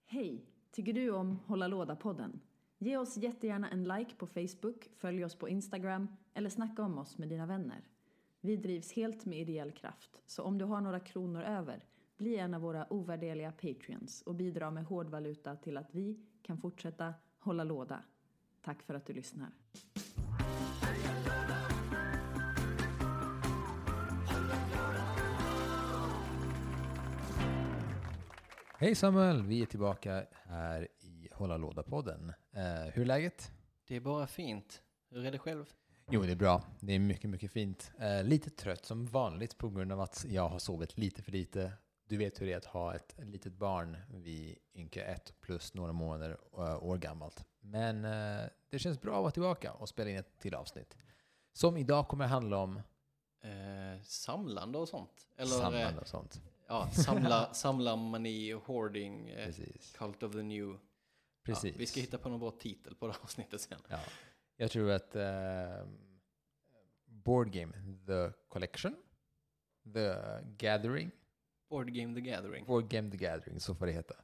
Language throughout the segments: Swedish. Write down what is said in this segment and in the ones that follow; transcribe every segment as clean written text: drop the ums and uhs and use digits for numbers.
Hej! Tycker du om Hålla Låda-podden? Ge oss jättegärna en like på Facebook, följ oss på Instagram eller snacka om oss med dina vänner. Vi drivs helt med ideell kraft, så om du har några kronor över, bli en av våra ovärderliga Patreons och bidra med hårdvaluta till att vi kan fortsätta hålla låda. Tack för att du lyssnar. Hej Samuel, vi är tillbaka här i Hålla Låda-podden. Hur är läget? Det är bara fint. Hur är det själv? Jo, det är bra. Det är mycket, mycket fint. Lite trött som vanligt på grund av att jag har sovit lite för lite. Du vet hur det är att ha ett litet barn vid ynka 1 plus några månader år gammalt. Men det känns bra att vara tillbaka och spela in ett till avsnitt. Som idag kommer att handla om... Samlande och sånt. Eller, samlande och sånt. Ja, samla mani, hoarding, Cult of the New. Precis. Ja, vi ska hitta på någon bra titel på det här avsnittet sen. Ja. Jag tror att Board Game The Collection, The Gathering. Board Game The Gathering. Board Game The Gathering, så får det heta.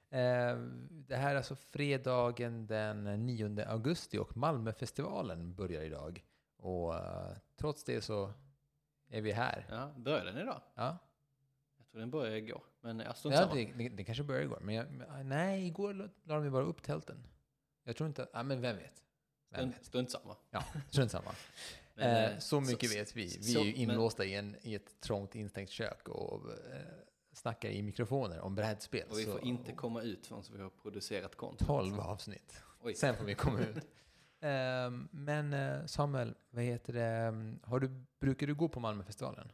Det här är alltså fredagen den 9 augusti och Malmöfestivalen börjar idag. Och trots det så är vi här. Ja, börjar den idag? Ja. Jag tror den började igår, men jag står inte samma. Det kanske började igår, men nej, igår la de bara upp tälten. Jag tror inte, men vem vet? Strunt samma. Ja, strunt samma. Så mycket vet vi. Vi är ju inlåsta i ett trångt instängt kök och snackar i mikrofoner om brädspel. Och vi får inte komma ut förrän vi har producerat content. 12 avsnitt. Oj. Sen får vi komma ut. Men Samuel, vad heter det? Brukar du gå på Malmöfestivalen?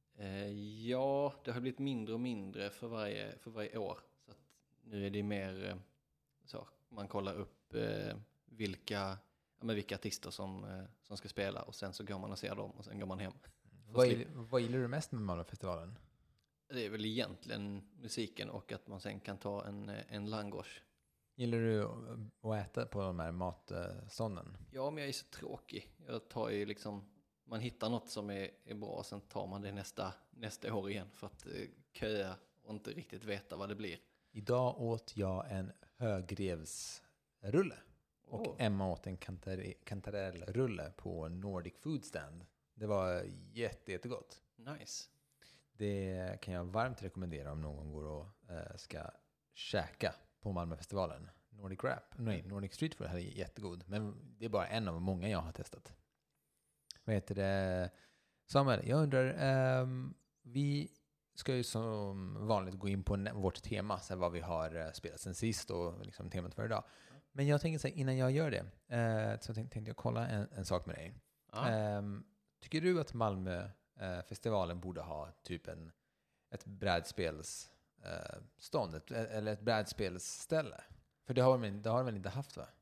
Ja, det har blivit mindre och mindre för varje år. Så att nu är det mer så man kollar upp vilka artister som ska spela och sen så går man och ser dem och sen går man hem. Vad gillar du mest med Malmöfestivalen? Det är väl egentligen musiken och att man sen kan ta en langos. Gillar du att äta på de här matstånden? Ja, men jag är så tråkig. Jag tar ju liksom, man hittar något som är bra och sen tar man det nästa år igen för att köa och inte riktigt veta vad det blir. Idag åt jag en högrevsrulle och Emma åt en kantarellrulle på Nordic Food Stand. Det var jättegott. Nice. Det kan jag varmt rekommendera om någon går och ska käka på Malmöfestivalen. Nordic Street Food här är jättegod, men det är bara en av många jag har testat. Vad heter det? Samuel, jag undrar, vi ska ju som vanligt gå in på vårt tema, så här, vad vi har spelat sen sist och liksom temat för idag. Men jag tänker så här, innan jag gör det så tänkte jag kolla en sak med dig. Tycker du att Malmöfestivalen borde ha typ ett brädspelsstånd eller ett brädspelsställe? För det har de väl inte haft, va?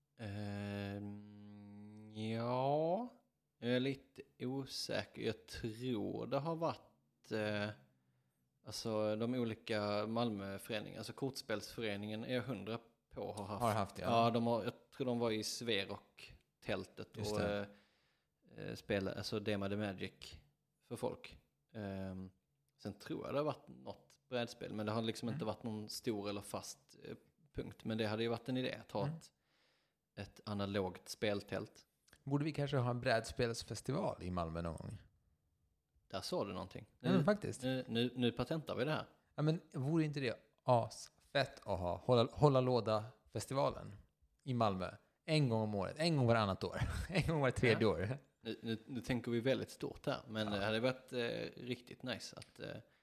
Ja, jag är lite osäker. Jag tror det har varit alltså de olika Malmöföreningarna, alltså kortspelsföreningen är 100 på har haft. Ja, jag tror de var i Sverok-tältet och spelade alltså Demade Magic för folk. Sen tror jag det har varit något brädspel, men det har liksom inte varit någon stor eller fast punkt. Men det hade ju varit en idé att ha ett analogt speltält. Borde vi kanske ha en brädspelsfestival i Malmö någon gång? Där sa du någonting. Men faktiskt. Nu patentar vi det här. Ja, men vore inte det asfett att hålla låda-festivalen i Malmö? En gång om året, en gång varannat år, en gång var tredje år. Nu tänker vi väldigt stort här, men det hade varit riktigt nice att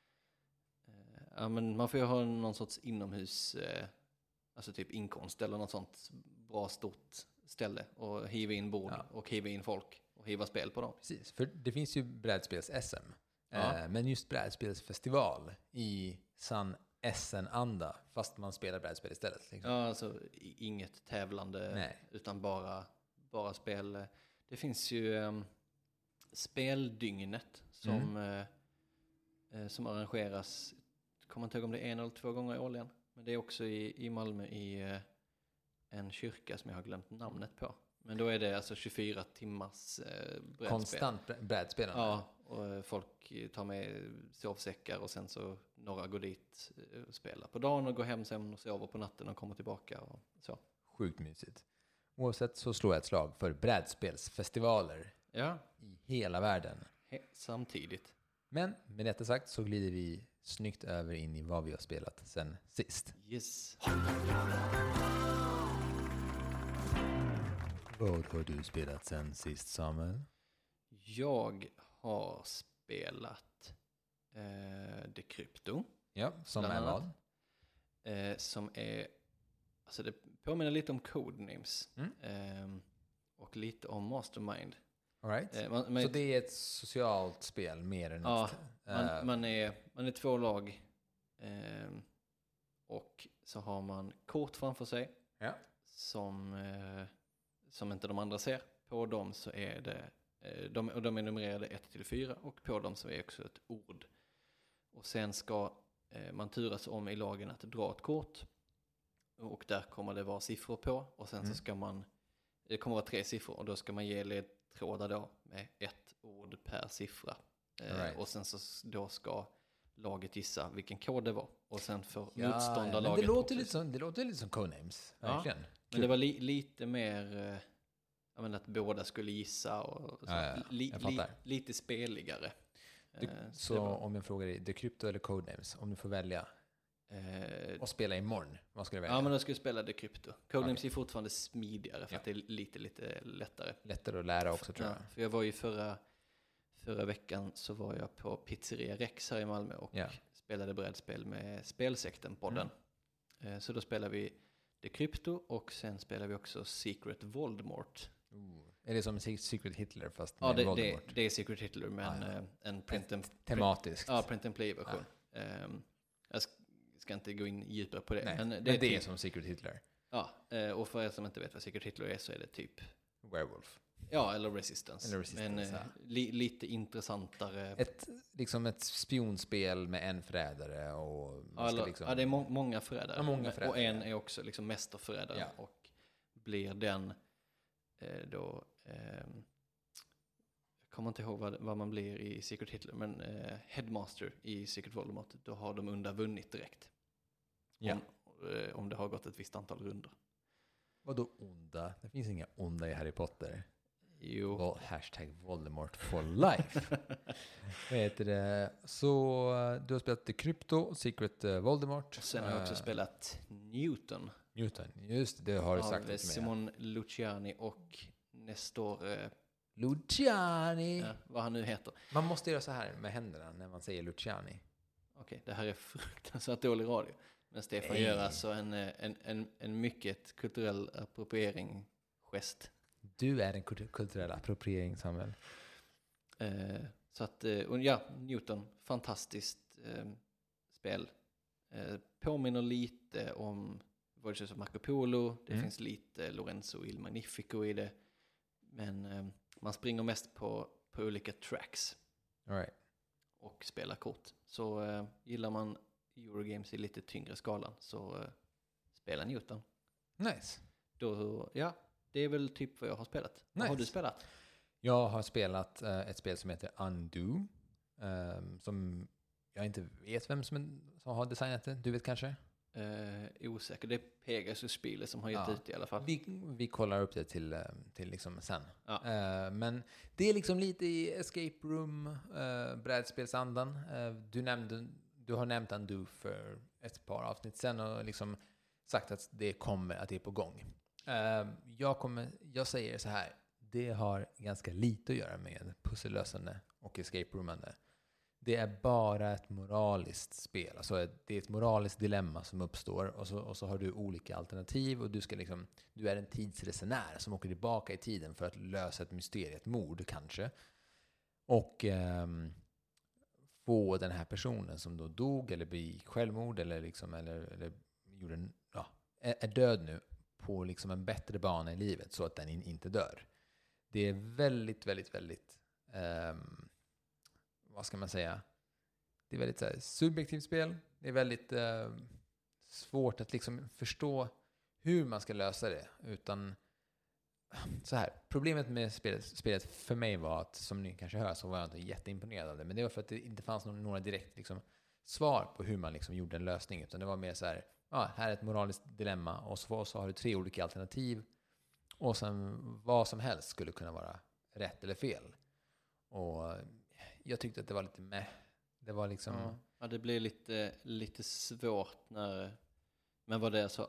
men man får ju ha någon sorts inomhus alltså typ inkomst eller något sånt bra stort ställe och hiva in bord och hiva in folk och hiva spel på dem. Precis, för det finns ju brädspels-SM. Men just brädspelsfestival i sann SN-anda, fast man spelar brädspel istället. Liksom. Ja, alltså inget tävlande utan bara spel. Det finns ju speldygnet som arrangeras, jag kommer inte ihåg om det är 1 eller 2 gånger årligen, men det är också i Malmö i en kyrka som jag har glömt namnet på. Men då är det alltså 24 timmars brädspel. Konstant brädspelande. Ja, Och folk tar med sovsäckar och sen så några går dit och spelar på dagen och går hem sen och sover på natten och kommer tillbaka och så. Sjukt mysigt. Oavsett så slår jag ett slag för brädspelsfestivaler Ja, i hela världen. samtidigt. Men med detta sagt så glider vi snyggt över in i vad vi har spelat sen sist. Yes. Vad har du spelat sen sist, Samuel? Jag har spelat Decrypto. Ja, som Bland är annat. vad? Som är, alltså det påminner lite om Codenames och lite om Mastermind. All right. Så det är ett socialt spel mer än ja, ett... man är 2 lag och så har man kort framför sig som inte de andra ser. På dem så är det de är numrerade 1-4 och på dem så är också ett ord. Och sen ska man turas om i lagen att dra ett kort. Och där kommer det vara siffror på. Och sen så ska det kommer vara 3 siffror. Och då ska man ge ledtrådar då med 1 ord per siffra. Och sen så då ska laget gissa vilken kod det var. Och sen får motståndarlaget... Det låter lite som Codenames, verkligen. Ja, men det var lite mer... att båda skulle gissa. Och så. Lite speligare. Så om jag frågar dig, Decrypto eller Codenames, om du får välja och spela imorgon, vad ska du välja? Ja, men då ska jag spela Decrypto. Codenames är fortfarande smidigare för att det är lite lättare. Lättare att lära också, tror jag. För jag var ju förra veckan så var jag på Pizzeria Rex här i Malmö och spelade brädspel med Spelsekten-podden. Så då spelar vi Decrypto och sen spelar vi också Secret Voldemort. Är det som Secret Hitler fast med Voldemort? Det är Secret Hitler men en tematiskt. Print and play-version. Jag ska inte gå in djupare på det. Nej, men det är som Secret Hitler. Ja, och för er som inte vet vad Secret Hitler är så är det typ... Werewolf. Ja, eller Resistance. Men lite intressantare. Ett spionspel med en förrädare. Och det är många förrädare. Och en är är också liksom mästerförrädaren. Och blir den då... jag kommer inte ihåg vad man blir i Secret Hitler. Men Headmaster i Secret Voldemort, då har de vunnit direkt. Om det har gått ett visst antal runder. Vadå onda? Det finns inga onda i Harry Potter. Jo. Hashtag Voldemort for life. Vad heter det? Så du har spelat Decrypto, Secret Voldemort. Och sen har jag också spelat Newton. Just det har du sagt till mig. Simon Luciani och Nestor... Luciani! Vad han nu heter. Man måste göra så här med händerna när man säger Luciani. Okej, det här är fruktansvärt dålig radio. Men Stefan gör alltså en mycket kulturell appropriering-gest. Du är en kulturell appropriering, Samuel. Så att, Newton, fantastiskt spel. Påminner lite om Voyages of Marco Polo. Det finns lite Lorenzo il Magnifico i det. Men man springer mest på olika tracks. All right. Och spelar kort. Så gillar man Eurogames i lite tyngre skalan så spela Newton. Nice. Då, det är väl typ vad jag har spelat. Nice. Vad har du spelat? Jag har spelat ett spel som heter Undo. Som jag inte vet vem som har designat det. Du vet kanske? Osäker. Det är Pegasus-spelet som har gett ut i alla fall. Vi kollar upp det till liksom sen. Ja. Men det är liksom lite i escape room, brädspelsandan. Du har nämnt Undo för ett par avsnitt sen och liksom sagt att det är på gång. Jag säger så här, det har ganska lite att göra med pussellösande och escape roomande. Det är bara ett moraliskt spel. Alltså det är ett moraliskt dilemma som uppstår och så har du olika alternativ och du är en tidsresenär som åker tillbaka i tiden för att lösa ett mysterium, ett mord kanske. Och få den här personen som då dog eller begick självmord eller gjorde är död nu på liksom en bättre bana i livet så att den inte dör. Det är väldigt, väldigt, väldigt vad ska man säga? Det är väldigt så här, subjektivt spel. Det är väldigt svårt att liksom förstå hur man ska lösa det. Utan så här, problemet med spelet för mig var att, som ni kanske hör, så var jag inte jätteimponerad av det. Men det var för att det inte fanns några direkt liksom, svar på hur man liksom gjorde en lösning. Utan det var mer så här, här är ett moraliskt dilemma och så har du 3 olika alternativ. Och sen vad som helst skulle kunna vara rätt eller fel. Och jag tyckte att det var lite med. Det var liksom... Ja, det blir lite svårt när... Men var det så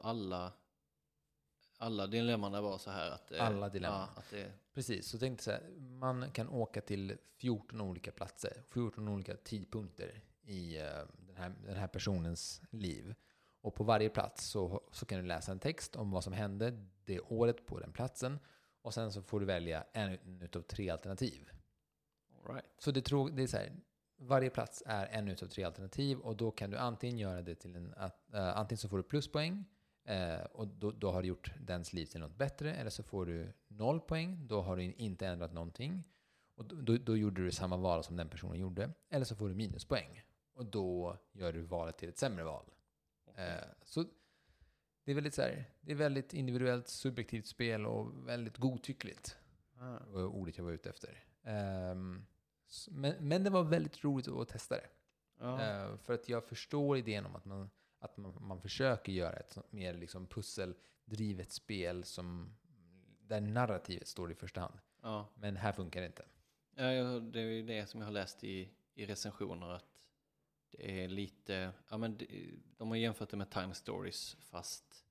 alla dilemmorna var så här att... Alla dilemman. Ja, att det... Precis, så tänkte jag så här, man kan åka till 14 olika platser, 14 olika tidpunkter i den här personens liv. Och på varje plats så kan du läsa en text om vad som hände det året på den platsen. Och sen så får du välja en utav 3 alternativ. All right. Så det är så här, varje plats är en utav 3 alternativ. Och då kan du antingen göra det till antingen så får du pluspoäng. Och då har du gjort dens liv till något bättre. Eller så får du 0 poäng. Då har du inte ändrat någonting. Och då gjorde du samma val som den personen gjorde. Eller så får du minuspoäng. Och då gör du valet till ett sämre val. Så det är väldigt så här, det är väldigt individuellt, subjektivt spel och väldigt godtyckligt. Var ordet jag var ute efter. Men det var väldigt roligt att testa det. För att jag förstår idén om att man försöker göra ett mer liksom pusseldrivet spel där narrativet står i första hand. Ja. Men här funkar det inte. Ja, det är ju det som jag har läst i recensioner, att det är lite, ja men de har jämfört det med Time Stories fast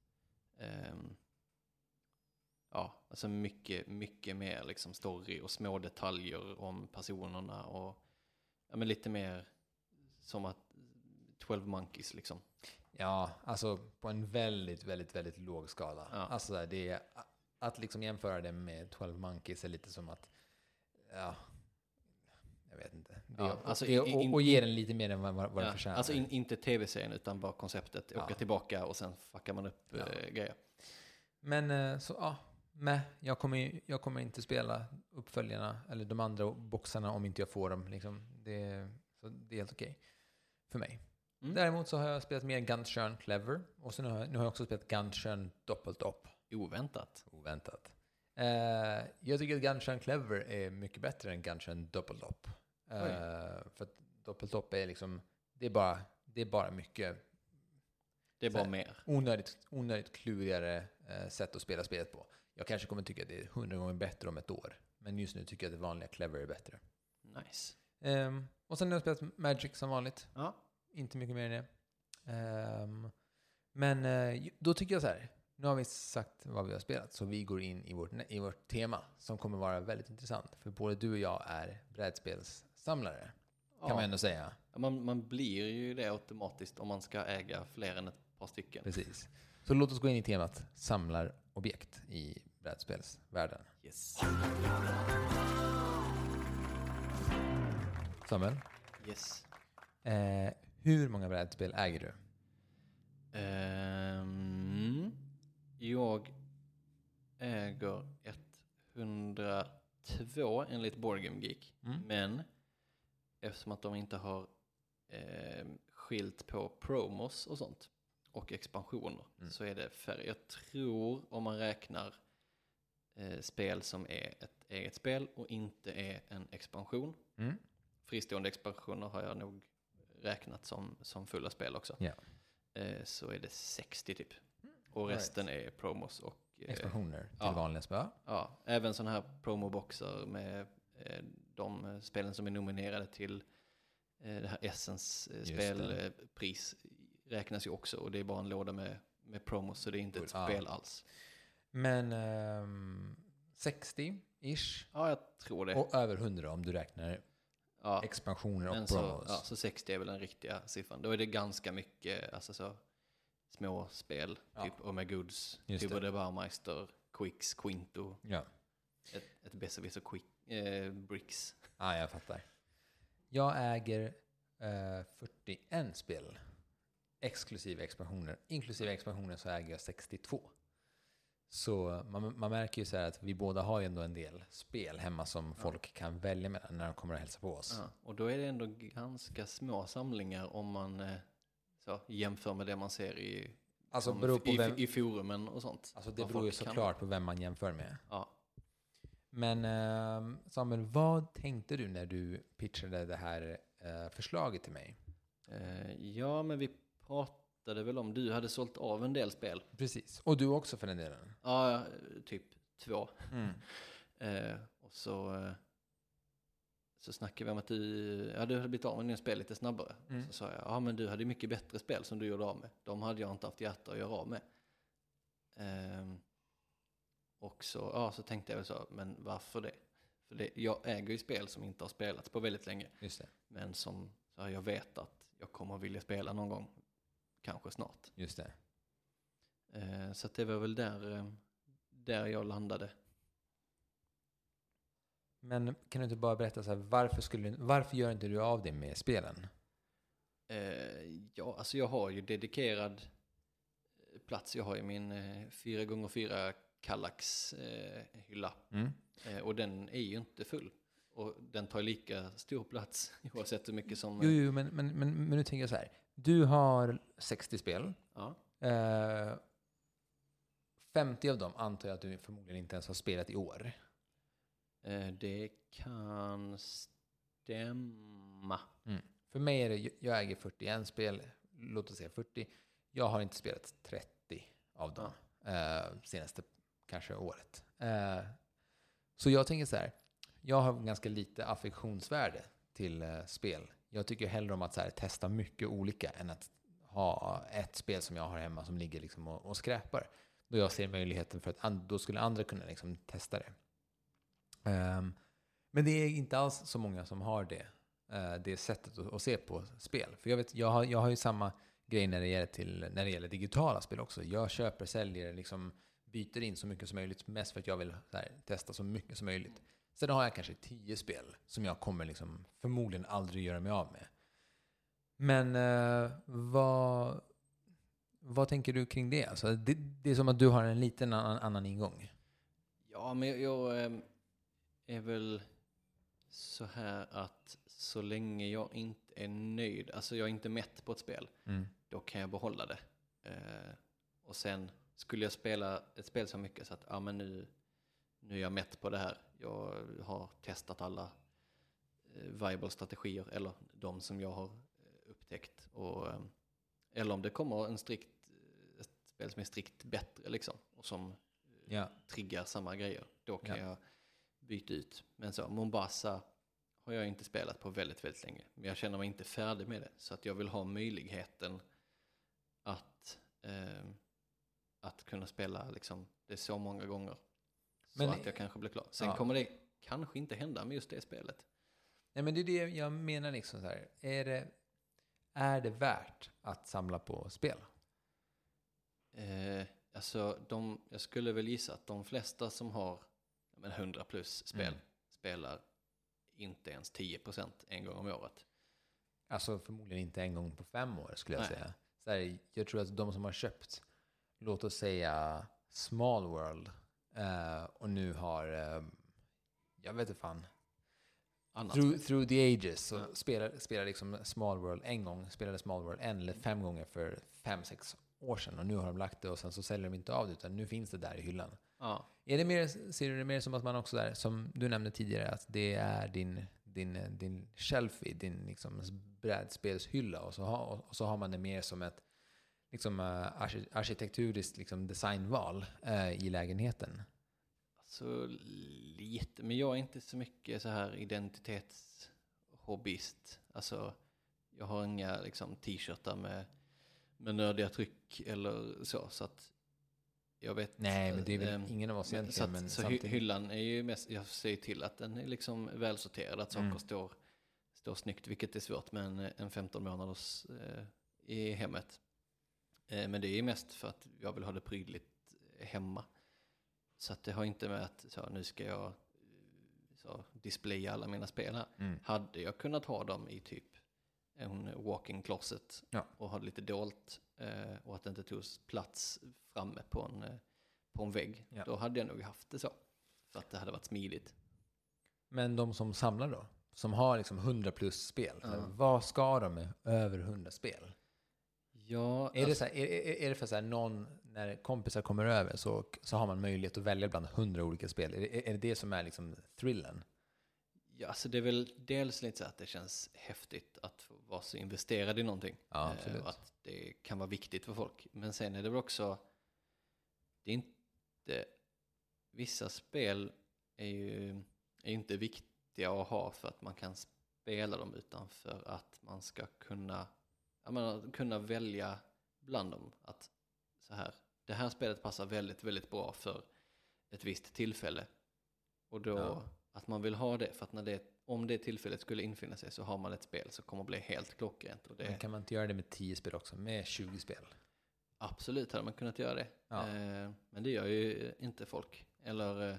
alltså mycket mer liksom story och små detaljer om personerna och men lite mer som att 12 Monkeys liksom. Ja, alltså på en väldigt, väldigt, väldigt låg skala. Ja. Alltså det är att liksom jämföra det med 12 Monkeys är lite som att jag vet inte. Och ge den lite mer än vad den förtjänar. Alltså inte tv-serien utan bara konceptet. Åka tillbaka och sen fuckar man upp grejer. Men jag kommer inte spela uppföljarna eller de andra boxarna om inte jag får dem. Liksom. Så det är helt okej för mig. Däremot så har jag spelat mer Gunshörn Clever. Och så nu har jag också spelat Gunshörn Doppelt Upp. Oväntat. Jag tycker att Gunshörn Clever är mycket bättre än Gunshörn Doppelt Upp. För att Doppelt Upp är liksom, det är bara mycket. Det är bara mer. Onödigt klurigare sätt att spela spelet på. Jag kanske kommer tycka att det är 100 gånger bättre om ett år. Men just nu tycker jag att det vanliga Clever är bättre. Nice. Och sen har jag spelat Magic som vanligt. Ja. Inte mycket mer än det. Men då tycker jag så här. Nu har vi sagt vad vi har spelat. Så vi går in i vårt tema. Som kommer vara väldigt intressant. För både du och jag är brädspelssamlare. Kan man ändå säga. Man blir ju det automatiskt om man ska äga fler än ett par stycken. Precis. Så låt oss gå in i temat samlarobjekt i brädspelsvärlden. Yes. Samuel? Yes. Hur många brädspel äger du? Jag äger 102 enligt Board Game Geek. Men eftersom att de inte har skilt på promos och sånt och expansioner så är det färre. Jag tror om man räknar spel som är ett eget spel och inte är en expansion. Fristående expansioner har jag nog räknat som fulla spel också. Yeah. Så är det 60 typ. Och resten är promos och expansioner till vanliga spel. Ja, även sådana här promoboxar med de spelen som är nominerade till det här Essence spelpris räknas ju också. Och det är bara en låda med promos, så det är inte ett spel alls. Men 60-ish? Ja, jag tror det. Och över 100 om du räknar expansioner och promos. Så 60 är väl den riktiga siffran. Då är det ganska mycket alltså så små spel, typ Omega Goods, typ The Barmeister, Quicks, Quinto. Ja. Ett Besserwisser Bricks. Ja, jag fattar. Jag äger 41 spel. Exklusive expansioner. Inklusive expansioner så äger jag 62. Så man märker ju så här att vi båda har ju ändå en del spel hemma som folk kan välja mellan när de kommer att hälsa på oss. Ja, och då är det ändå ganska små samlingar om man jämför med det man ser i forumen och sånt. Alltså det beror ju såklart på vem man jämför med. Ja. Men Samuel, vad tänkte du när du pitchade det här förslaget till mig? Ja, men vi pratade väl om, du hade sålt av en del spel. Precis, och du också för den delen. Ja, typ 2. Mm. Och så snackade vi om att du hade blivit av med dina spel lite snabbare. Mm. Så sa jag, ja men du hade mycket bättre spel som du gjorde av med. De hade jag inte haft hjärta att göra av med. Och så tänkte jag väl så, men varför det? För jag äger ju spel som inte har spelats på väldigt länge. Just det. Men som så jag vet att jag kommer att vilja spela någon gång. Kanske snart. Just det. Så att det var väl där jag landade. Men kan du inte bara berätta så här, varför gör inte du av det med spelen? Ja, alltså jag har ju dedikerad plats. Jag har ju min 4x4 Kallax-hylla. Och den är ju inte full. Och den tar lika stor plats oavsett hur mycket som... Jo, men nu tänker jag så här. Du har 60 spel. Ja. 50 av dem antar jag att du förmodligen inte ens har spelat i år. Det kan stämma. För mig är det, jag äger 41 spel, låt oss säga 40. Jag har inte spelat 30 av dem senaste kanske året. Så jag tänker så här, jag har ganska lite affektionsvärde till spel. Jag tycker hellre om att så här, testa mycket olika än att ha ett spel som jag har hemma som ligger liksom och skräpar. Då jag ser möjligheten för att då skulle andra kunna liksom testa det. Men det är inte alls så många som har det sättet att se på spel. För jag vet, jag har ju samma grej när det gäller digitala spel också. Jag köper, säljer, liksom byter in så mycket som möjligt, mest för att jag vill så här, testa så mycket som möjligt. Sen har jag kanske 10 spel som jag kommer liksom förmodligen aldrig göra mig av med. Men vad tänker du kring det? Alltså, det är som att du har en liten annan ingång. Ja, men jag är väl så här att så länge jag inte är nöjd, alltså jag är inte mätt på ett spel, då kan jag behålla det. Och sen skulle jag spela ett spel så mycket så att men nu är jag mätt på det här. Jag har testat alla viable strategier, eller de som jag har upptäckt. Eller om det kommer ett spel som är strikt bättre liksom, och som triggar samma grejer, då kan jag byta ut. Men så, Mombasa har jag inte spelat på väldigt, väldigt länge. Men jag känner mig inte färdig med det. Så att jag vill ha möjligheten att kunna spela liksom, det så många gånger. Så att jag kanske blir klar. Sen kommer det kanske inte hända med just det spelet. Nej, men det är det jag menar liksom så här. Är det värt att samla på spel? Alltså, jag skulle väl gissa att de flesta som har 100 plus spel spelar inte ens 10% en gång om året. Alltså förmodligen inte en gång på 5 år skulle jag säga. Så här, jag tror att de som har köpt, låt oss säga Small World, och nu har, jag vet inte fan, Through the Ages, så spelar liksom Small World en gång, spelade Small World 1 eller 5 gånger för 5-6 år sedan, och nu har de lagt det och sen så säljer de inte av det, utan nu finns det där i hyllan. Ja. Ser du det mer som att man också där, som du nämnde tidigare, att det är din shelf i din liksom brädspelshylla, och så har man det mer som ett liksom arkitekturiskt liksom designval i lägenheten? Alltså lite, men jag är inte så mycket så här identitetshobbyist. Alltså jag har inga liksom t-shirtar med nördiga tryck eller så att jag vet. Nej, men det är väl ingen av oss egentligen. Så hyllan är ju mest, jag ser till att den är liksom välsorterad, att saker står snyggt, vilket är svårt med en 15 månaders i hemmet. Men det är mest för att jag vill ha det prydligt hemma. Så att det har inte med att nu ska jag displaya alla mina spel här. Hade jag kunnat ha dem i typ en walk-in closet och ha det lite dolt och att det inte tog plats framme på en vägg, då hade jag nog haft det så. För att det hade varit smidigt. Men de som samlar då? Som har liksom 100 plus spel. Vad ska de med över 100 spel? Ja, Är det så här, är det för så här någon, när kompisar kommer över så har man möjlighet att välja bland 100 olika spel? Är det som är liksom thrillen? ja, alltså det är väl dels lite så att det känns häftigt att få vara så investerad i någonting. Ja, absolut. Och att det kan vara viktigt för folk. Men sen är det väl också, det är inte, vissa spel är inte viktiga att ha för att man kan spela dem, utan för att man ska kunna välja bland dem. Att så här, det här spelet passar väldigt, väldigt bra för ett visst tillfälle. Och då att man vill ha det, för att om det tillfället skulle infinna sig så har man ett spel som kommer att bli helt klockrent. Och Men kan man inte göra det med 10 spel också? Med 20 spel? Absolut hade man kunnat göra det. Ja. Men det gör ju inte folk. Eller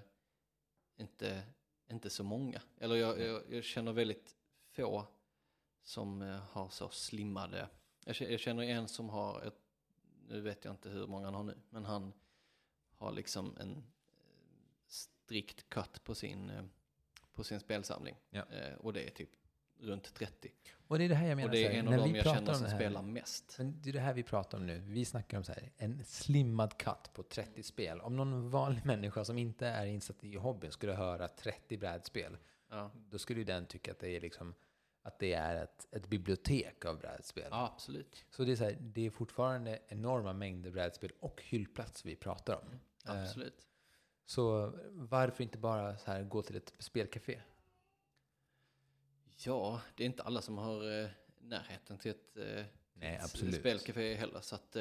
inte så många. Eller jag känner väldigt få som har så slimmade. Jag känner en som har, nu vet jag inte hur många han har nu, men han har liksom en strikt cut på sin spelsamling. Ja. Och det är typ runt 30. Och det är det här jag menar. Och det är en av dem jag känner som spelar mest. Men det är det här vi pratar om nu. Vi snackar om så här, en slimmad cut på 30 spel. Om någon vanlig människa som inte är insatt i hobbyn skulle höra 30 brädspel, då skulle ju den tycka att det är liksom, att det är ett bibliotek av brädspel. Ja, absolut. Så det är så här, det är fortfarande enorma mängder brädspel och hyllplats vi pratar om. Absolut. Så varför inte bara så här gå till ett spelcafé? Ja, det är inte alla som har närheten till ett spelcafé heller.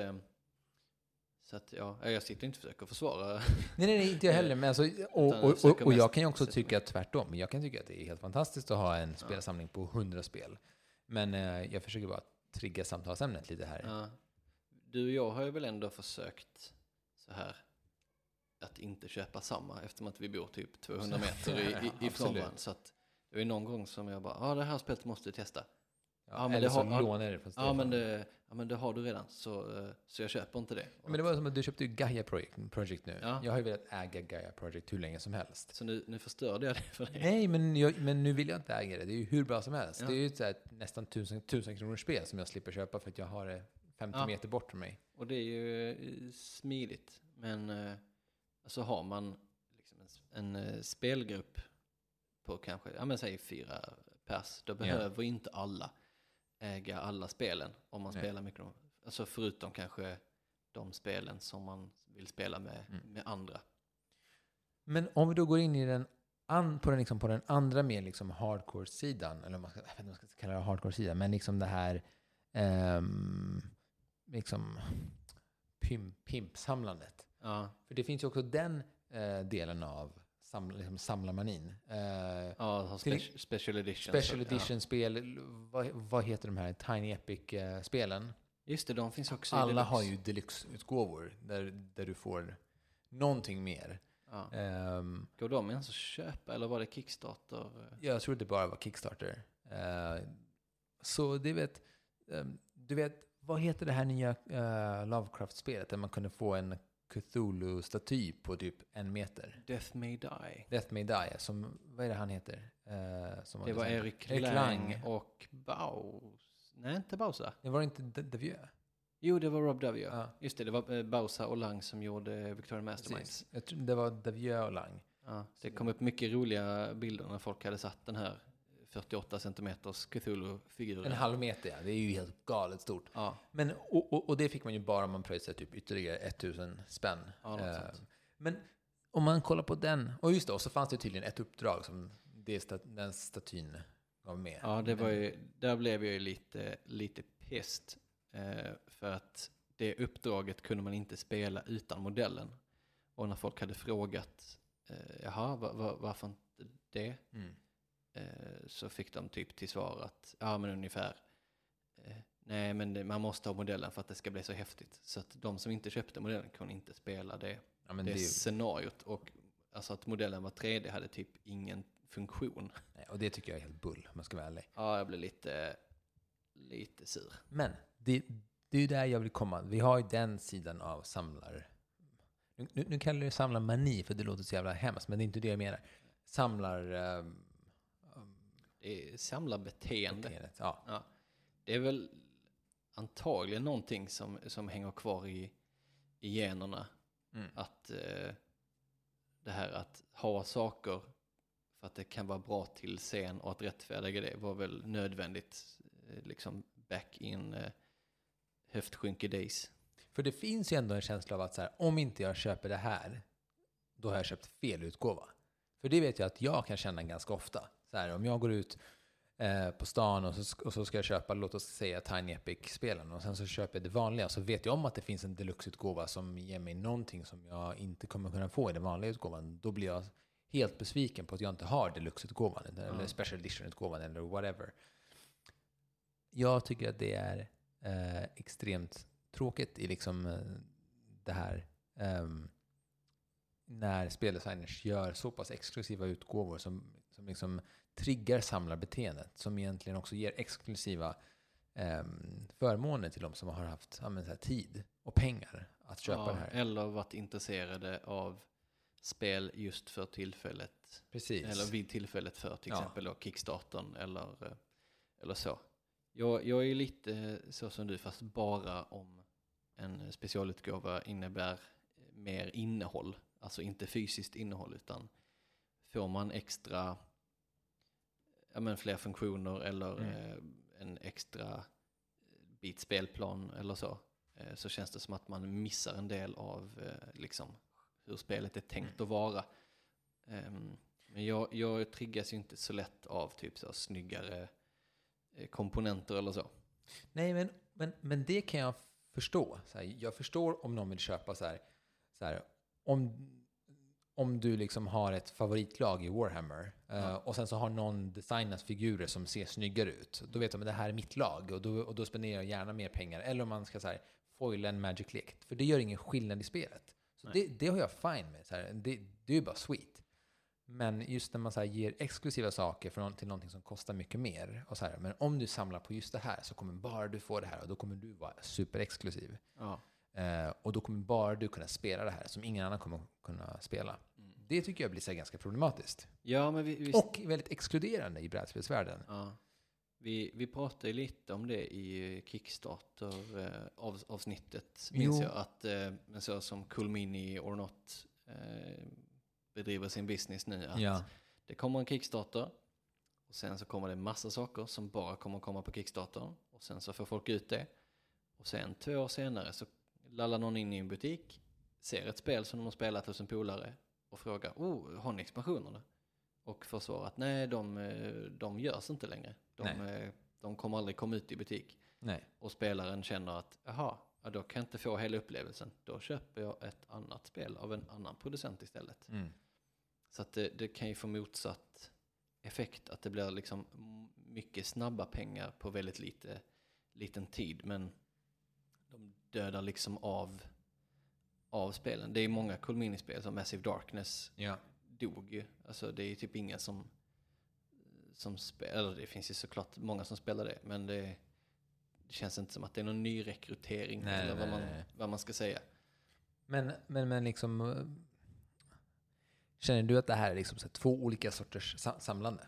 Så att jag sitter inte och försöker försvara. Nej, inte jag heller. Men alltså, och jag kan ju också tycka tvärtom. Jag kan tycka att det är helt fantastiskt att ha en spelsamling på 100 spel. Men jag försöker bara trigga samtalsämnet lite här. Ja. Du och jag har ju väl ändå försökt så här att inte köpa samma, eftersom att vi bor typ 200 meter ifrån varandra. Så att det var någon gång som jag bara, det här spelet måste du testa. Men eller så lånar det från Stefan. Men det har du redan, så jag köper inte det. Men det var som att du köpte ju Gaia Project nu. Ja. Jag har ju velat äga Gaia Project hur länge som helst. Så nu förstörde jag det för dig. Nej, men nu vill jag inte äga det. Det är ju hur bra som helst. Ja. Det är ju ett så här, nästan 1000 kronors spel som jag slipper köpa för att jag har det 50 meter bort från mig. Och det är ju smidigt. Men alltså har man liksom en spelgrupp på kanske, säg 4 pers, då behöver inte alla äga alla spelen om man spelar mycket. Alltså förutom kanske de spelen som man vill spela med andra. Men om vi då går in i på den andra mer liksom hardcore-sidan, eller jag vet inte om man ska kalla det hardcore-sidan, men liksom det här liksom pimpsamlandet. Ja. För det finns ju också den delen av samlarmanin. Special edition-spel. Vad heter de här Tiny Epic-spelen? Just det, de finns också alla har ju deluxe-utgåvor där du får någonting mer. Ja. Går de ens att köpa, eller var det Kickstarter? Jag tror det bara var Kickstarter. Så du vet, vad heter det här nya Lovecraft-spelet där man kunde få en Cthulhu-staty på typ 1 meter? Death May Die. Death May Die, vad är det han heter? Det var Erik Lang och Nej, inte Bausa. Det var inte Davieux. Jo, det var Rob Davieux. Ja. Just det var Bausa och Lang som gjorde Victorian Masterminds. Jag tror det var Davieux och Lang. Ja, det kom upp mycket roliga bilder när folk hade satt den här 48 centimeters Cthulhu-figuren. 1,5 meter, ja. Det är ju helt galet stort. Ja. Men, och det fick man ju bara om man pröjsade typ ytterligare 1000 spänn. Ja, men om man kollar på den, och just då, så fanns det tydligen ett uppdrag som den statyn gav med. Ja, där blev jag ju lite pissed. För att det uppdraget kunde man inte spela utan modellen. Och när folk hade frågat, varför inte det? Så fick de typ till svar att, men ungefär, nej, men man måste ha modellen för att det ska bli så häftigt. Så att de som inte köpte modellen kunde inte spela det scenariot. Och alltså att modellen var 3D hade typ ingen funktion. Nej, och det tycker jag är helt bull, om man ska vara ärlig. Ja, jag blev lite sur. Men det är ju där jag vill komma. Vi har ju den sidan av samlar. Nu kallar jag det samlarmani för det låter så jävla hemskt, men det är inte det jag menar. Det är samlarbeteende. Ja. Ja. Det är väl antagligen någonting som hänger kvar i generna. Att det här att ha saker för att det kan vara bra till scen och att rättfärdiga det var väl nödvändigt liksom back in höftskynke days. För det finns ju ändå en känsla av att så här, om inte jag köper det här, då har jag köpt fel utgåva. För det vet jag att jag kan känna ganska ofta. Så här, om jag går ut på stan och så ska jag köpa, låt oss säga Tiny Epic-spelen, och sen så köper jag det vanliga, så vet jag om att det finns en deluxe-utgåva som ger mig någonting som jag inte kommer kunna få i den vanliga utgåvan. Då blir jag helt besviken på att jag inte har deluxe-utgåvan eller special edition-utgåvan eller whatever. Jag tycker att det är extremt tråkigt i liksom det här när speldesigners gör så pass exklusiva utgåvor som liksom triggar samlarbeteendet, som egentligen också ger exklusiva förmåner till de som har haft så här, tid och pengar att köpa det här. Eller varit intresserade av spel just för tillfället. Precis. Eller vid tillfället för till exempel då Kickstartern eller så. Jag är lite så som du, fast bara om en specialutgåva innebär mer innehåll. Alltså inte fysiskt innehåll, utan får man extra fler funktioner eller en extra bit spelplan eller så känns det som att man missar en del av liksom hur spelet är tänkt att vara. Men jag triggas ju inte så lätt av typ så snyggare komponenter eller så. Nej, men det kan jag förstå. Så här, jag förstår om någon vill köpa så här om du liksom har ett favoritlag i Warhammer och sen så har någon designat figurer som ser snyggare ut. Då vet de att det här är mitt lag, och då spenderar jag gärna mer pengar. Eller om man ska så här, foila en Magic lekt. För det gör ingen skillnad i spelet. Så det har jag fine med. Så här, det är ju bara sweet. Men just när man så här, ger exklusiva saker till någonting som kostar mycket mer. Och så här, men om du samlar på just det här så kommer bara du få det här, och då kommer du vara superexklusiv. Ja. Och då kommer bara du kunna spela det här som ingen annan kommer kunna spela. Det tycker jag blir så ganska problematiskt. Ja, men och väldigt exkluderande i brädspelsvärlden. Ja. Vi pratade ju lite om det i Kickstarter avsnittet. Minns jag att så som Cool Mini or Not bedriver sin business nu. Att det kommer en Kickstarter och sen så kommer det massa saker som bara kommer komma på Kickstarter. Och sen så får folk ut det. Och sen 2 år senare så lallar någon in i en butik, ser ett spel som de har spelat hos en polare och frågar, har ni expansionerna? Och får svar att nej, de görs inte längre. De kommer aldrig komma ut i butik. Nej. Och spelaren känner att, då kan jag inte få hela upplevelsen. Då köper jag ett annat spel av en annan producent istället. Så att det kan ju få motsatt effekt, att det blir liksom mycket snabba pengar på väldigt liten tid, men de dödar liksom av spelen. Det är många Cool Mini-spel som Massive Darkness dog ju. Alltså det är typ ingen som spelar. Det finns ju såklart många som spelar det, men det känns inte som att det är någon ny rekrytering eller vad man ska säga. Men liksom, känner du att det här är liksom så 2 olika sorters samlande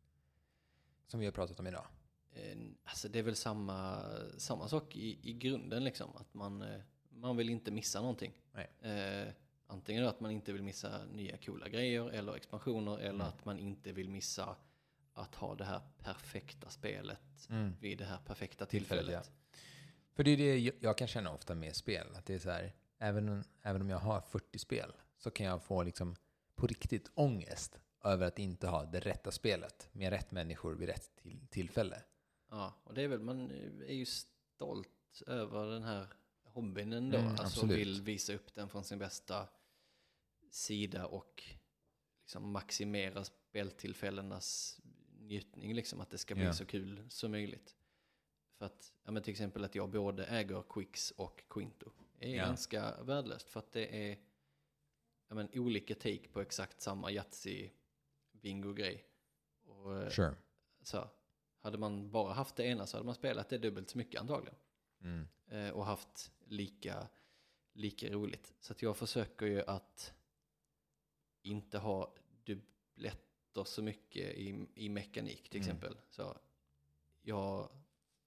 som vi har pratat om idag? Alltså det är väl samma sak i grunden liksom, att man vill inte missa någonting. Antingen att man inte vill missa nya coola grejer eller expansioner, eller att man inte vill missa att ha det här perfekta spelet vid det här perfekta tillfället. För det är det jag kan känna ofta med spel, att det är så här, även om jag har 40 spel så kan jag få liksom på riktigt ångest över att inte ha det rätta spelet med rätt människor vid rätt tillfälle. Ja, och det är väl, man är ju stolt över den här hobbyn ändå. Alltså absolut. Vill visa upp den från sin bästa sida och liksom maximera speltillfällenas njutning, liksom, att det ska bli så kul som möjligt. För att, till exempel att jag både äger Quicks och Quinto är ganska värdelöst, för att det är olika take på exakt samma Yahtzee-bingo-grej. Och så hade man bara haft det ena så hade man spelat det dubbelt så mycket antagligen. Och haft lika roligt. Så att jag försöker ju att inte ha dubbletter så mycket i mekanik till exempel. Så jag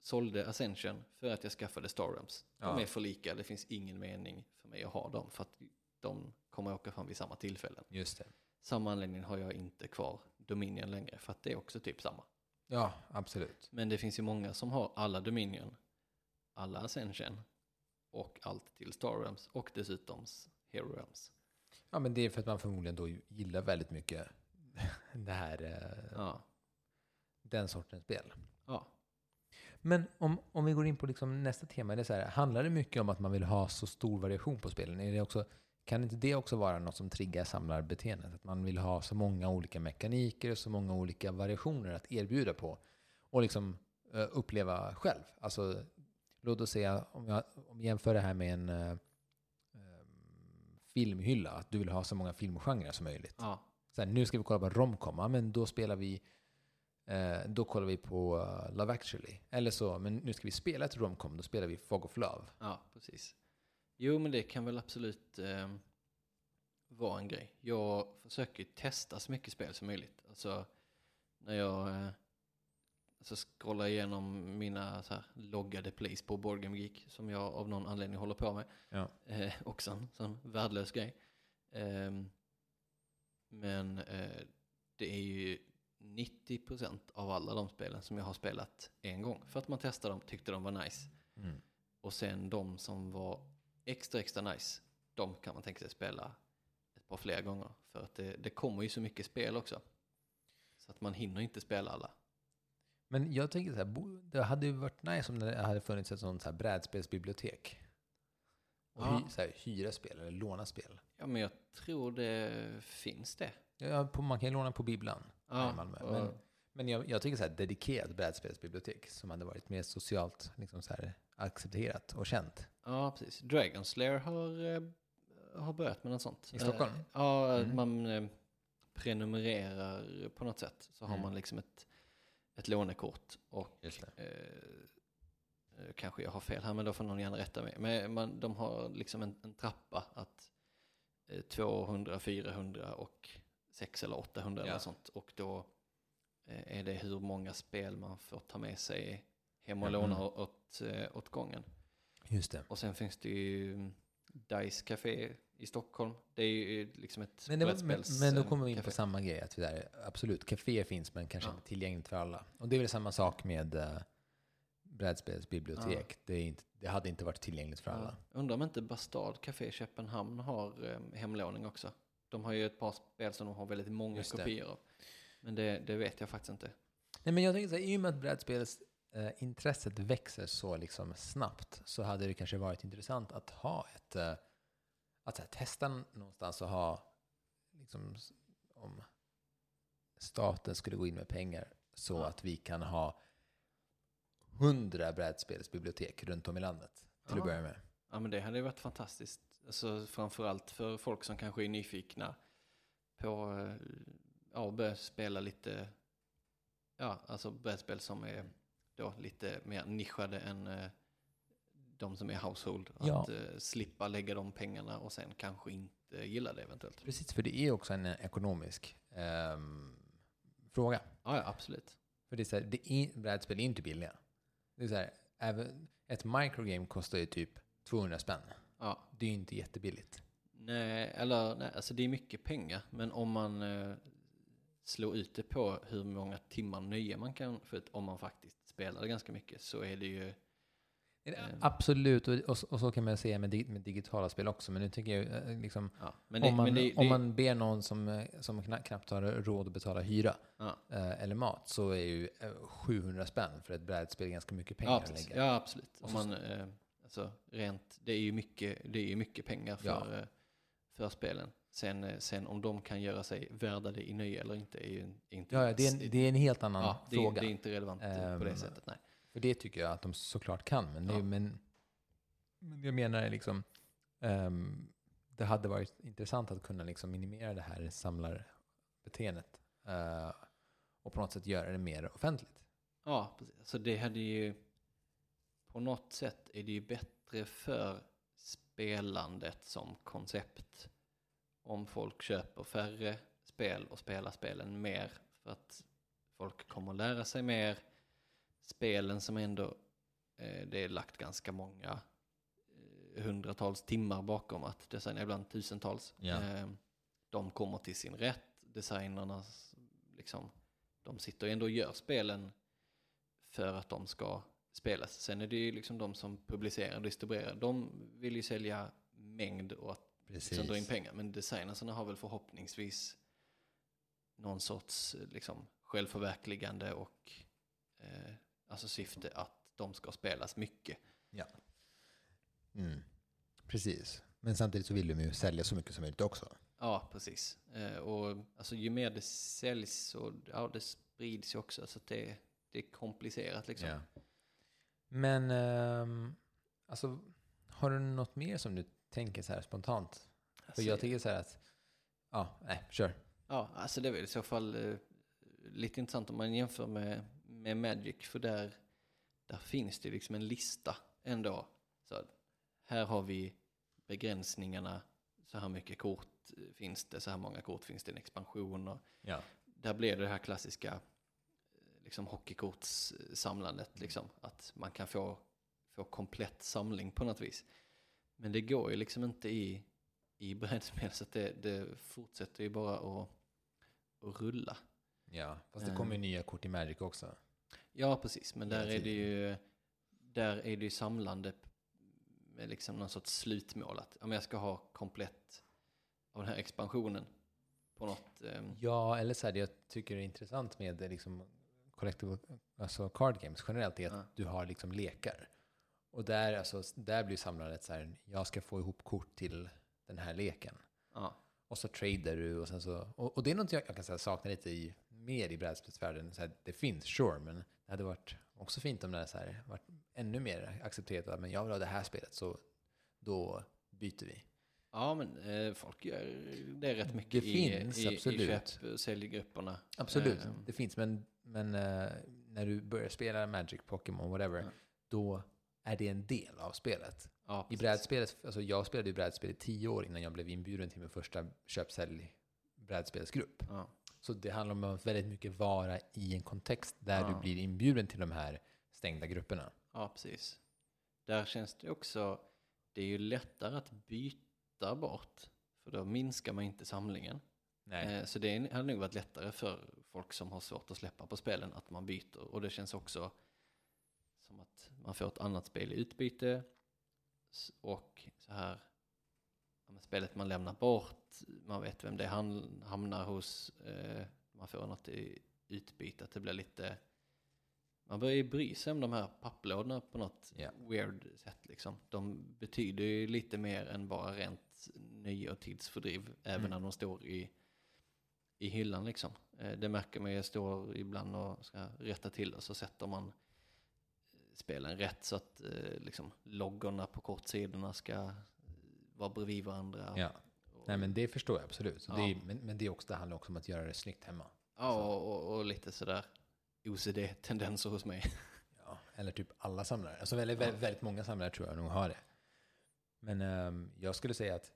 sålde Ascension för att jag skaffade Star Realms. De Ja. är för lika, det finns ingen mening för mig att ha dem för att de kommer åka fram vid samma tillfällen. Just det. Samma anledning har jag inte kvar Dominion längre för att det är också typ samma. Ja, absolut. Men det finns ju många som har alla Dominion, alla Ascension och allt till Star Realms och dessutom Hero Realms. Ja, men det är för att man förmodligen då gillar väldigt mycket det här, Ja. den sortens spel. Ja. Men om vi går in på liksom nästa tema, det är så här, handlar det mycket om att man vill ha så stor variation på spelen? Är det också, kan inte det också vara något som triggar samlarbeteendet? Att man vill ha så många olika mekaniker och så många olika variationer att erbjuda på och liksom uppleva själv. Alltså, låt oss säga, om jag jämför det här med en filmhylla, att du vill ha så många filmgenrer som möjligt. Ja. Så här, nu ska vi kolla på romcom, ja, men då spelar vi då kollar vi på Love Actually. Eller så, men nu ska vi spela ett romcom, då spelar vi Fog of Love. Ja, precis. Jo, men det kan väl absolut vara en grej. Jag försöker testa så mycket spel som möjligt. Alltså, när jag scrollar igenom mina så här loggade plays på Board Game Geek, som jag av någon anledning håller på med. Ja. Också en sån värdelös grej. Men det är ju 90% av alla de spelen som jag har spelat en gång. För att man testade dem, tyckte de var nice. Mm. Och sen de som var extra nice, de kan man tänka sig spela ett par fler gånger. För att det kommer ju så mycket spel också. Så att man hinner inte spela alla. Men jag tänker så här, det hade ju varit nice om det hade funnits ett sånt så här brädspelsbibliotek. Och Ja. så här, hyra spel eller låna spel. Ja, men jag tror det finns det. Ja, man kan ju låna på bibblan här i Malmö. och- Men jag tycker så här, dedikerat brädspelsbibliotek som hade varit mer socialt liksom så här, accepterat och känt. Ja, precis. Dragon Slayer har börjat med något sånt. I Stockholm? Ja, Mm. man prenumererar på något sätt. Så har man liksom ett lånekort. Och Just det. kanske jag har fel här, men då får någon gärna rätta mig. Men de har liksom en trappa att 200, 400 och 600 eller 800 eller sånt. Och då är det hur många spel man får ta med sig hem och låna åt gången. Just det. Och sen finns det ju Dice Café i Stockholm. Det är ju liksom ett Men då kommer vi in på café. samma grej. Att absolut, café finns men kanske inte tillgängligt för alla. Och det är väl samma sak med brädspelsbibliotek. Det hade inte varit tillgängligt för alla. Undrar om inte Bastard Café Köpenhamn har hemlåning också. De har ju ett par spel som de har väldigt många kopior av. Men det vet jag faktiskt inte. Nej, men jag tänker så här, i och med att brädspelsintresset växer så liksom snabbt så hade det kanske varit intressant att ha att så här, testa någonstans och ha liksom, om staten skulle gå in med pengar så att vi kan ha 100 brädspelsbibliotek runt om i landet till att börja med. Ja, men det hade ju varit fantastiskt. Alltså, framförallt för folk som kanske är nyfikna på att börja spela lite, alltså brädspel som är då lite mer nischade än de som är household. Ja. Att slippa lägga de pengarna och sen kanske inte gilla det eventuellt. Precis, för det är också en ekonomisk fråga. Ja, absolut. För det är så här, brädspel är inte billiga. Det är så här, även ett microgame kostar ju typ 200 spänn. Ja. Det är ju inte jättebilligt. Nej, alltså det är mycket pengar. Men om man slår ut det på hur många timmar nöje man kan få ut om man faktiskt spelar ganska mycket, så är det ju... Absolut, och så kan man säga med digitala spel också. Men nu tycker jag liksom, om man ber någon som knappt har råd att betala hyra eller mat, så är ju 700 spänn för ett brädspel ganska mycket pengar att lägga. Ja, absolut. Om man, alltså, rent, det är ju mycket pengar för spelen. Sen om de kan göra sig värda det i nöje eller inte är ju inte... Ja, det är en helt annan fråga. Det är inte relevant på det sättet, nej. För det tycker jag att de såklart kan. Men jag menar liksom, det hade varit intressant att kunna liksom minimera det här samlarbeteendet och på något sätt göra det mer offentligt. Ja, precis. Så det hade ju... På något sätt är det ju bättre för spelandet som koncept om folk köper färre spel och spelar spelen mer, för att folk kommer att lära sig mer. Spelen som ändå det är lagt ganska många hundratals timmar bakom att designa, ibland tusentals. Ja. De kommer till sin rätt. Designerna liksom, de sitter ändå och gör spelen för att de ska spelas. Sen är det ju liksom de som publicerar och distribuerar. De vill ju sälja mängd och att liksom dra in pengar. Men designerna har väl förhoppningsvis någon sorts liksom självförverkligande och alltså syfte att de ska spelas mycket. Ja. Precis. Men samtidigt så vill de ju sälja så mycket som möjligt också. Ja, precis. Och alltså, ju mer det säljs så det sprids ju också. Så att det är komplicerat liksom. Ja. Men alltså, har du något mer som du tänker så här spontant? För jag tycker så här att kör. Ja, alltså det är väl i så fall lite intressant om man jämför med Magic. För där finns det liksom en lista ändå. Så här har vi begränsningarna. Så här mycket kort finns det. Så här många kort finns det i en expansion. Och där blir det här klassiska liksom hockeykortssamlandet. Liksom, att man kan få komplett samling på något vis. Men det går ju liksom inte i brädspel. Så att det fortsätter ju bara att rulla. Ja, fast det kommer ju nya kort i Magic också. Ja, precis. Men där är det ju samlande med liksom någon sorts slutmål. Att om jag ska ha komplett av den här expansionen på något... Ja, eller så här, det jag tycker är intressant med liksom collectible, alltså card games generellt är att du har liksom lekar. Och där blir samlandet så här, jag ska få ihop kort till den här leken. Ja. Och så tradar du och sen så... Och det är något jag kan säga saknar lite mer i brädspelsvärlden. Så här, det finns, sure, men det hade varit också fint om det här, så här varit ännu mer accepterat. Men jag vill ha det här spelet, så då byter vi. Ja, men folk gör det rätt mycket det finns, i absolut. köp- och säljgrupperna. Absolut, det finns. Men när du börjar spela Magic, Pokémon, whatever, då är det en del av spelet. Ja, I brädspelet, alltså jag spelade ju brädspel i 10 år innan jag blev inbjuden till min första köp-sälj-brädspelsgrupp. Ja. Så det handlar om att väldigt mycket vara i en kontext där du blir inbjuden till de här stängda grupperna. Ja, precis. Där känns det också, det är ju lättare att byta bort, för då minskar man inte samlingen. Nej. Så det hade nog varit lättare för folk som har svårt att släppa på spelen att man byter. Och det känns också som att man får ett annat spel i utbyte. Och så här, spelet man lämnar bort, man vet vem det hamnar hos, man får något i utbyte, att det blir lite, man börjar ju bry sig om de här papplådorna på något weird sätt liksom. De betyder ju lite mer än bara rent nöje och tidsfördriv, även när de står i hyllan liksom. Det märker man ju, står ibland och ska rätta till, och så sätter man spelen rätt så att liksom loggorna på kortsidorna ska vara bredvid varandra. Ja. Nej, men det förstår jag absolut. Så men det är också, det handlar också om att göra det snyggt hemma. Ja, och lite sådär OCD-tendenser hos mig. Ja, eller typ alla samlare. Alltså väldigt många samlare tror jag nog har det. Men jag skulle säga att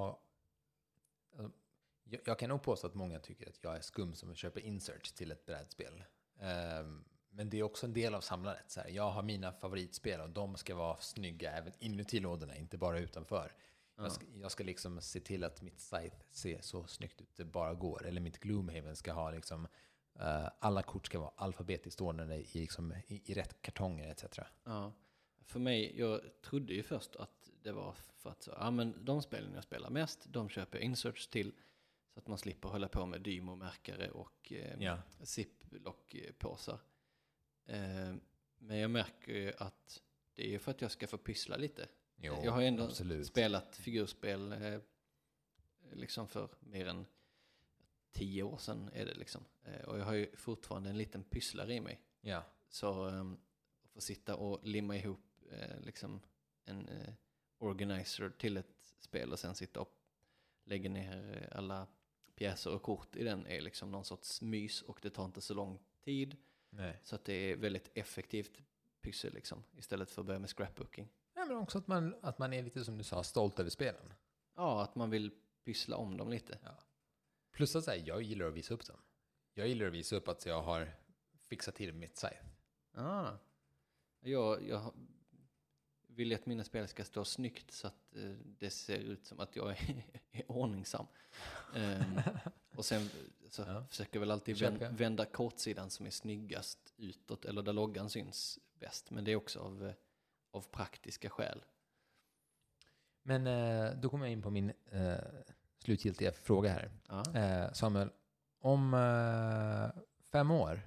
jag kan nog påstå att många tycker att jag är skum som köper inserts till ett brädspel. Men det är också en del av samlandet. Så här, jag har mina favoritspel och de ska vara snygga även inuti lådorna, inte bara utanför. Jag ska liksom se till att mitt Scythe ser så snyggt ut det bara går. Eller mitt Gloomhaven ska ha liksom, alla kort ska vara alfabetiskt ordnade i rätt kartonger etc. Ja. För mig, jag trodde ju först att det var för att men de spelen jag spelar mest, de köper jag inserts till, så att man slipper hålla på med Dymo-märkare och zip-lock-påsar. Men jag märker ju att det är för att jag ska få pyssla lite. Jo, jag har ändå absolut spelat figurspel liksom för mer än 10 år sedan är det liksom. Och jag har ju fortfarande en liten pysslare i mig. Ja. Så att få sitta och limma ihop liksom en organizer till ett spel och sen sitta och lägga ner alla pjäser och kort i den är liksom någon sorts mys, och det tar inte så lång tid. Nej. Så att det är väldigt effektivt pyssel liksom, istället för att börja med scrapbooking. Ja, men också att man är lite, som du sa, stolt över spelen. Ja, att man vill pyssla om dem lite. Ja. Plus att säga, jag gillar att visa upp dem. Jag gillar att visa upp att jag har fixat till mitt Scythe. Jag vill att mina spel ska stå snyggt så att det ser ut som att jag är ordningsam. Och sen så försöker väl alltid vända kortsidan som är snyggast utåt eller där loggan syns bäst. Men det är också av praktiska skäl. Men då kommer jag in på min slutgiltiga fråga här. Ja. Samuel, om 5 år,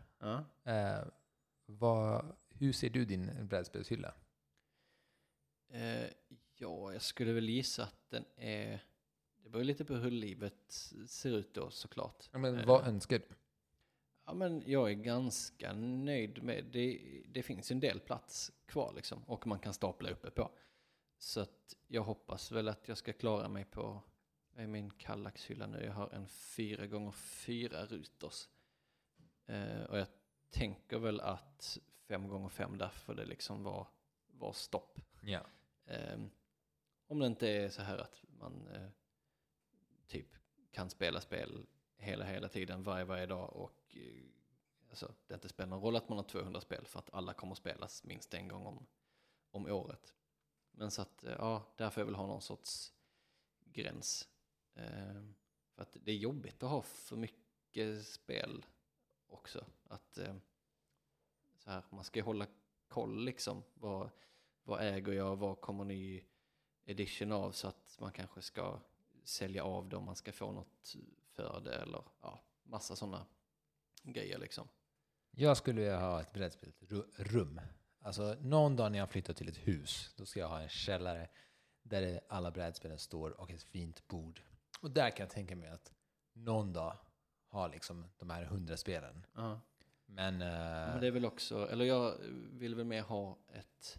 hur ser du din brädspelshylla? Ja, jag skulle väl gissa att den är... Det beror lite på hur livet ser ut då, såklart. Ja, men vad önskar du? Ja, men jag är ganska nöjd med... Det finns en del plats kvar liksom, och man kan stapla uppe på. Så att jag hoppas väl att jag ska klara mig på min Kallax-hylla nu. Jag har en 4x4 ruters. Och jag tänker väl att 5x5 därför det liksom var stopp. Ja. Om det inte är så här att man typ kan spela spel hela tiden varje dag och alltså, det inte spelar någon roll att man har 200 spel för att alla kommer att spelas minst en gång om året. Men så att där får jag väl ha någon sorts gräns. För att det är jobbigt att ha för mycket spel också. Att så här, man ska hålla koll liksom. Vad äger jag? Vad kommer ny edition av? Så att man kanske ska sälja av det om man ska få något för det. Eller massa sådana grejer liksom. Jag skulle vilja ha ett brädspelsrum. Alltså någon dag när jag flyttar till ett hus, då ska jag ha en källare där alla brädspelen står och ett fint bord. Och där kan jag tänka mig att någon dag ha liksom de här 100 spelen. Men det är väl också, eller jag vill väl mer ha ett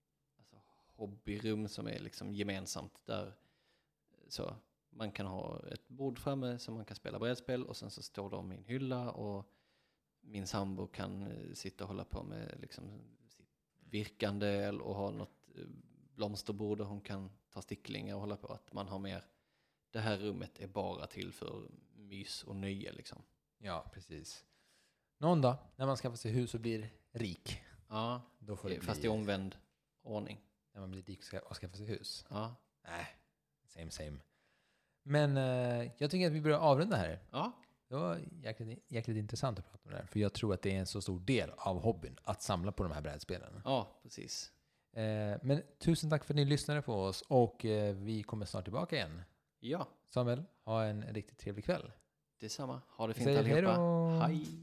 hobbyrum som är liksom gemensamt där så man kan ha ett bord framme som man kan spela brädspel och sen så står de i en hylla och min sambo kan sitta och hålla på med liksom sitt virkande och ha något blomsterbord där hon kan ta sticklingar och hålla på. Att man har mer, det här rummet är bara till för mys och nöje liksom. Ja, precis. Någon dag när man skaffar sig hus och blir rik. Ja, då får det fast i omvänd ordning. När man blir rik och skaffar sig hus. Ja. Nej, same. Men jag tycker att vi börjar avrunda här. Ja. Det var jäkligt intressant att prata om det här. För jag tror att det är en så stor del av hobbyn att samla på de här brädspelen. Ja, precis. Men tusen tack för att ni lyssnade på oss. Och vi kommer snart tillbaka igen. Ja. Samuel, ha en riktigt trevlig kväll. Detsamma. Ha det fint allihopa. Hej.